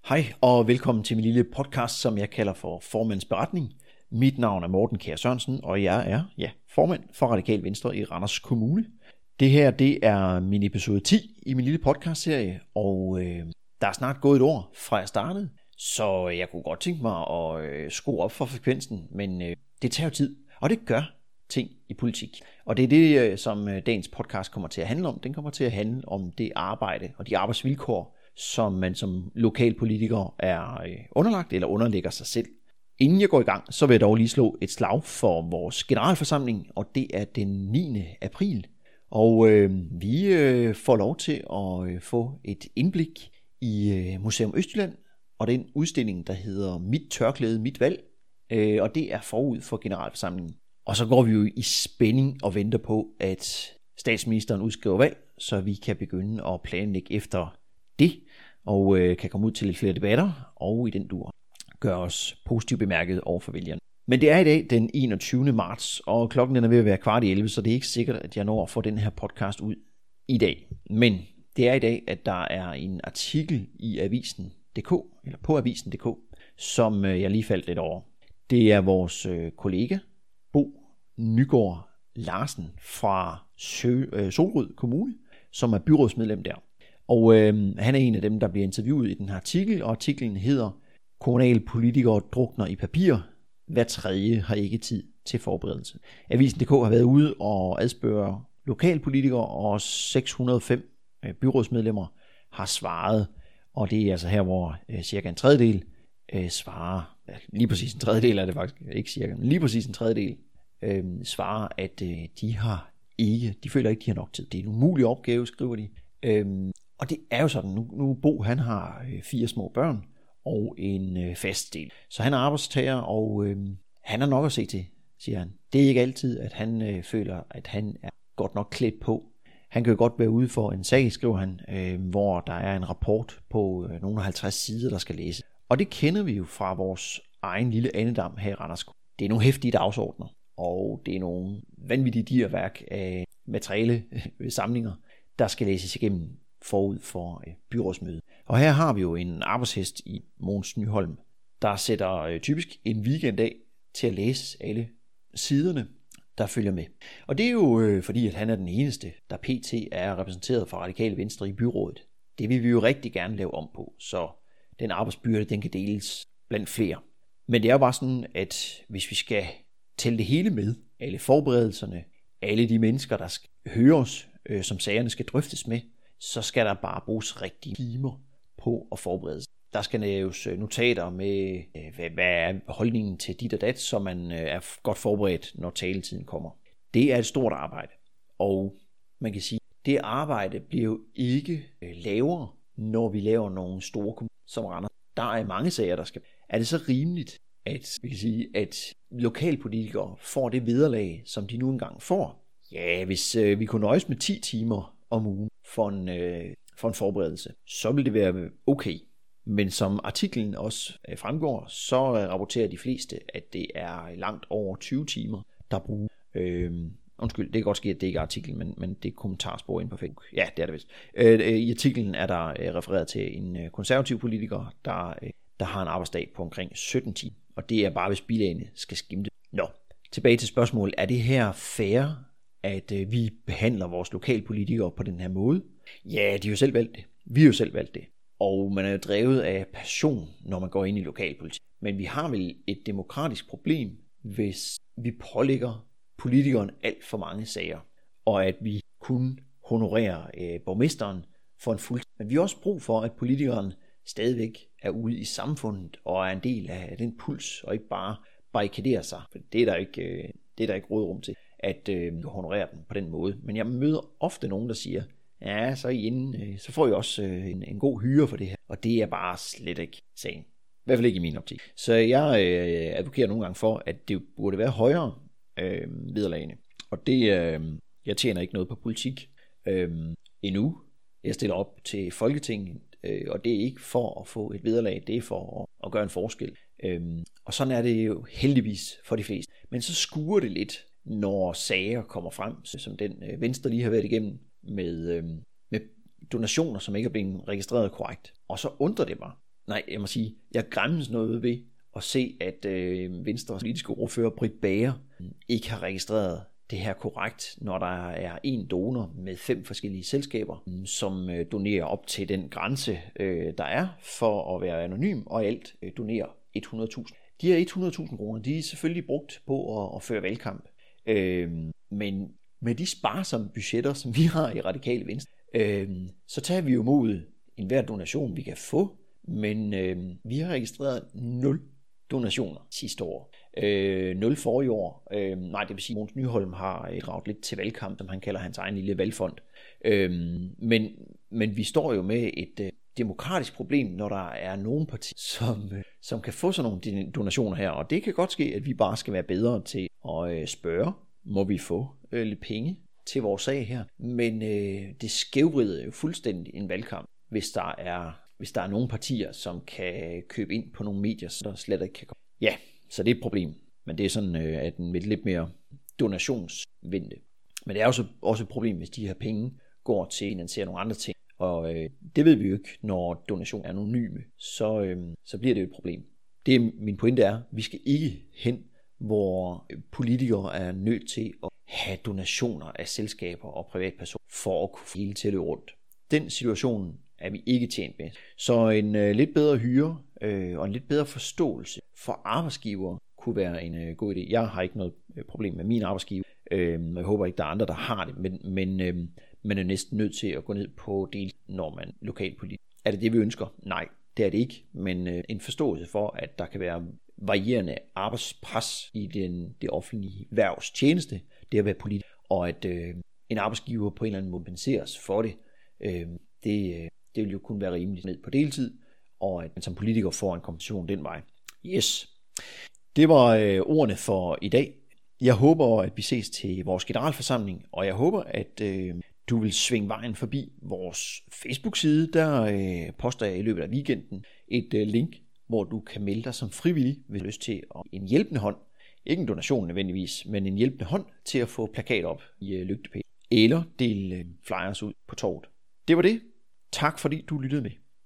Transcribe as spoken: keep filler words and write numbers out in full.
Hej og velkommen til min lille podcast, som jeg kalder for Formandens Beretning. Mit navn er Morten Kjær Sørensen, og jeg er ja, formand for Radikale Venstre i Randers Kommune. Det her det er min episode ti i min lille podcastserie, og øh, der er snart gået et år fra jeg startede, så jeg kunne godt tænke mig at øh, skrue op for frekvensen, men øh, det tager jo tid, og det gør ting i politik. Og det er det, øh, som øh, dagens podcast kommer til at handle om. Den kommer til at handle om det arbejde og de arbejdsvilkår, som man som lokalpolitiker er underlagt eller underlægger sig selv. Inden jeg går i gang, så vil jeg dog lige slå et slag for vores generalforsamling, og det er den niende april. Og øh, vi øh, får lov til at øh, få et indblik i øh, Museum Østjylland, og den udstilling, der hedder Mit tørklæde, mit valg, øh, og det er forud for generalforsamlingen. Og så går vi jo i spænding og venter på, at statsministeren udskriver valg, så vi kan begynde at planlægge efter det, og øh, kan komme ud til lidt flere debatter, og i den dur gør os positivt bemærket over for vælgerne. Men det er i dag den enogtyvende marts, og klokken er ved at være kvart i elleve, så det er ikke sikkert, at jeg når at få den her podcast ud i dag. Men det er i dag, at der er en artikel i avisen punktum dk, eller på avisen punktum dk, som øh, jeg lige faldt lidt over. Det er vores øh, kollega, Bo Nygaard Larsen fra Sø, øh, Solrød Kommune, som er byrådsmedlem der. Og øh, han er en af dem, der bliver interviewet i den her artikel, og artiklen hedder Kommunalpolitikere drukner i papir. Hver tredje har ikke tid til forberedelse. Avisen punktum dk har været ude og adspørge lokalpolitikere, og seks hundrede og fem øh, byrådsmedlemmer har svaret. Og det er altså her, hvor øh, cirka en tredjedel øh, svarer, ja, lige præcis en tredjedel er det faktisk, ikke cirka, men lige præcis en tredjedel øh, svarer, at øh, de har ikke, de føler ikke, de har nok tid. Det er en umulig opgave, skriver de. Øh, Og det er jo sådan, nu, nu Bo han har øh, fire små børn og en øh, fast del. Så han er arbejdstager, og øh, han har nok at se til, siger han. Det er ikke altid, at han øh, føler, at han er godt nok klædt på. Han kan jo godt være ude for en sag, skriver han, øh, hvor der er en rapport på øh, nogle af halvtreds sider, der skal læse. Og det kender vi jo fra vores egen lille andedam her i Randers. Det er nogle heftige dagsordner, og det er nogle vanvittige dirværk af materiale øh, samlinger, der skal læses igennem forud for øh, byrådsmødet. Og her har vi jo en arbejdshest i Mogens Nyholm, der sætter øh, typisk en weekend af til at læse alle siderne, der følger med. Og det er jo øh, fordi, at han er den eneste, der pt. Er repræsenteret for Radikale Venstre i byrådet. Det vil vi jo rigtig gerne lave om på, så den arbejdsbyrde, den kan deles blandt flere. Men det er jo bare sådan, at hvis vi skal tælle det hele med, alle forberedelserne, alle de mennesker, der skal høres, øh, som sagerne skal drøftes med, så skal der bare bruges rigtige timer på at forberede sig. Der skal laves notater med, hvad, hvad er holdningen til dit og dat, så man er godt forberedt, når taletiden kommer. Det er et stort arbejde, og man kan sige, at det arbejde bliver jo ikke lavere, når vi laver nogle store kommuner som Randers. Der er mange sager, der skal. Er det så rimeligt, at, vi kan sige, at lokalpolitikere får det vederlag, som de nu engang får? Ja, hvis øh, vi kunne nøjes med ti timer om ugen for en, øh, for en forberedelse, så vil det være okay. Men som artiklen også øh, fremgår, så øh, rapporterer de fleste, at det er langt over tyve timer, der bruger. Øh, undskyld, det kan godt ske, at det ikke er artiklen, men, men det er kommentarspor inde på Facebook. Ja, det er det vist. Øh, øh, I artiklen er der øh, refereret til en øh, konservativ politiker, der, øh, der har en arbejdsdag på omkring sytten timer. Og det er bare, hvis bilagene skal skimte. Nå, tilbage til spørgsmålet. Er det her fair, at øh, vi behandler vores lokalpolitikere på den her måde? Ja, de har jo selv valgt det. Vi har jo selv valgt det. Og man er jo drevet af passion, når man går ind i lokalpolitik. Men vi har vel et demokratisk problem, hvis vi pålægger politikeren alt for mange sager, og at vi kun honorerer øh, borgmesteren for en fuld. Men vi har også brug for, at politikeren stadigvæk er ude i samfundet og er en del af den puls, og ikke bare barrikaderer sig. For det er der ikke, øh, det er der ikke rådrum til, at øh, honorere dem på den måde. Men jeg møder ofte nogen, der siger, ja, så, inden, øh, så får I også øh, en, en god hyre for det her. Og det er bare slet ikke sagen. I hvert fald ikke i min optik. Så jeg øh, advokerer nogle gange for, at det burde være højere øh, vederlagene. Og det, øh, jeg tjener ikke noget på politik øh, endnu. Jeg stiller op til Folketinget, øh, og det er ikke for at få et vederlag, det er for at, at gøre en forskel. Øh, og sådan er det jo heldigvis for de fleste. Men så skuer det lidt, når sager kommer frem, som den øh, Venstre lige har været igennem, med, øh, med donationer, som ikke er blevet registreret korrekt. Og så undrer det mig, nej, jeg må sige, jeg græmmes noget ved at se, at øh, Venstres politiske ordfører, Britt Bager, ikke har registreret det her korrekt, når der er en donor med fem forskellige selskaber, som øh, donerer op til den grænse, øh, der er for at være anonym, og alt øh, donerer hundrede tusind. De her hundrede tusind kroner, de er selvfølgelig brugt på at, at føre valgkamp. Øh, men med de sparsomme budgetter, som vi har i Radikale Venstre, øh, så tager vi jo mod enhver donation, vi kan få, men øh, vi har registreret nul donationer sidste år. Øh, nul for i år. Øh, nej, det vil sige, at Mogens Nyholm har draget lidt til valgkamp, som han kalder hans egen lille valgfond. Øh, men, men vi står jo med et øh, demokratisk problem, når der er nogle partier, som, øh, som kan få sådan nogle donationer her. Og det kan godt ske, at vi bare skal være bedre til at øh, spørge, må vi få øh, lidt penge til vores sag her. Men øh, det skævvrider jo fuldstændig en valgkamp, hvis der er hvis der er nogle partier, som kan købe ind på nogle medier, så der slet ikke kan komme. Ja, så det er et problem. Men det er sådan, at den med lidt mere donationsvendte. Men det er også, også et problem, hvis de her penge går til at finansiere nogle andre ting. Og øh, det ved vi jo ikke, når donation er anonyme. Så, øh, så bliver det jo et problem. Det er min pointe er, vi skal ikke hen, hvor politikere er nødt til at have donationer af selskaber og privatpersoner, for at kunne få hele til at løbe rundt. Den situation er vi ikke tjent med. Så en øh, lidt bedre hyre øh, og en lidt bedre forståelse for arbejdsgiver kunne være en øh, god idé. Jeg har ikke noget øh, problem med min arbejdsgiver, øh, og jeg håber ikke, der er andre, der har det, men, men øh, man er næsten nødt til at gå ned på del, når man lokalpolitisk. Er det det, vi ønsker? Nej, det er det ikke, men øh, en forståelse for, at der kan være varierende arbejdspres i den, det offentlige værvstjeneste, det at være politisk, og at øh, en arbejdsgiver på en eller anden måde kompenseres for det, øh, det øh, Det vil jo kun være rimeligt ned på deltid, og at man som politiker får en kompensation den vej. Yes. Det var øh, ordene for i dag. Jeg håber, at vi ses til vores generalforsamling, og jeg håber, at øh, du vil svinge vejen forbi vores Facebook-side. Der øh, poster jeg i løbet af weekenden et øh, link, hvor du kan melde dig som frivillig, hvis du har lyst til at en hjælpende hånd. Ikke en donation nødvendigvis, men en hjælpende hånd til at få plakat op i øh, lygtepælen. Eller dele øh, flyers ud på torvet. Det var det. Tak fordi du lyttede med.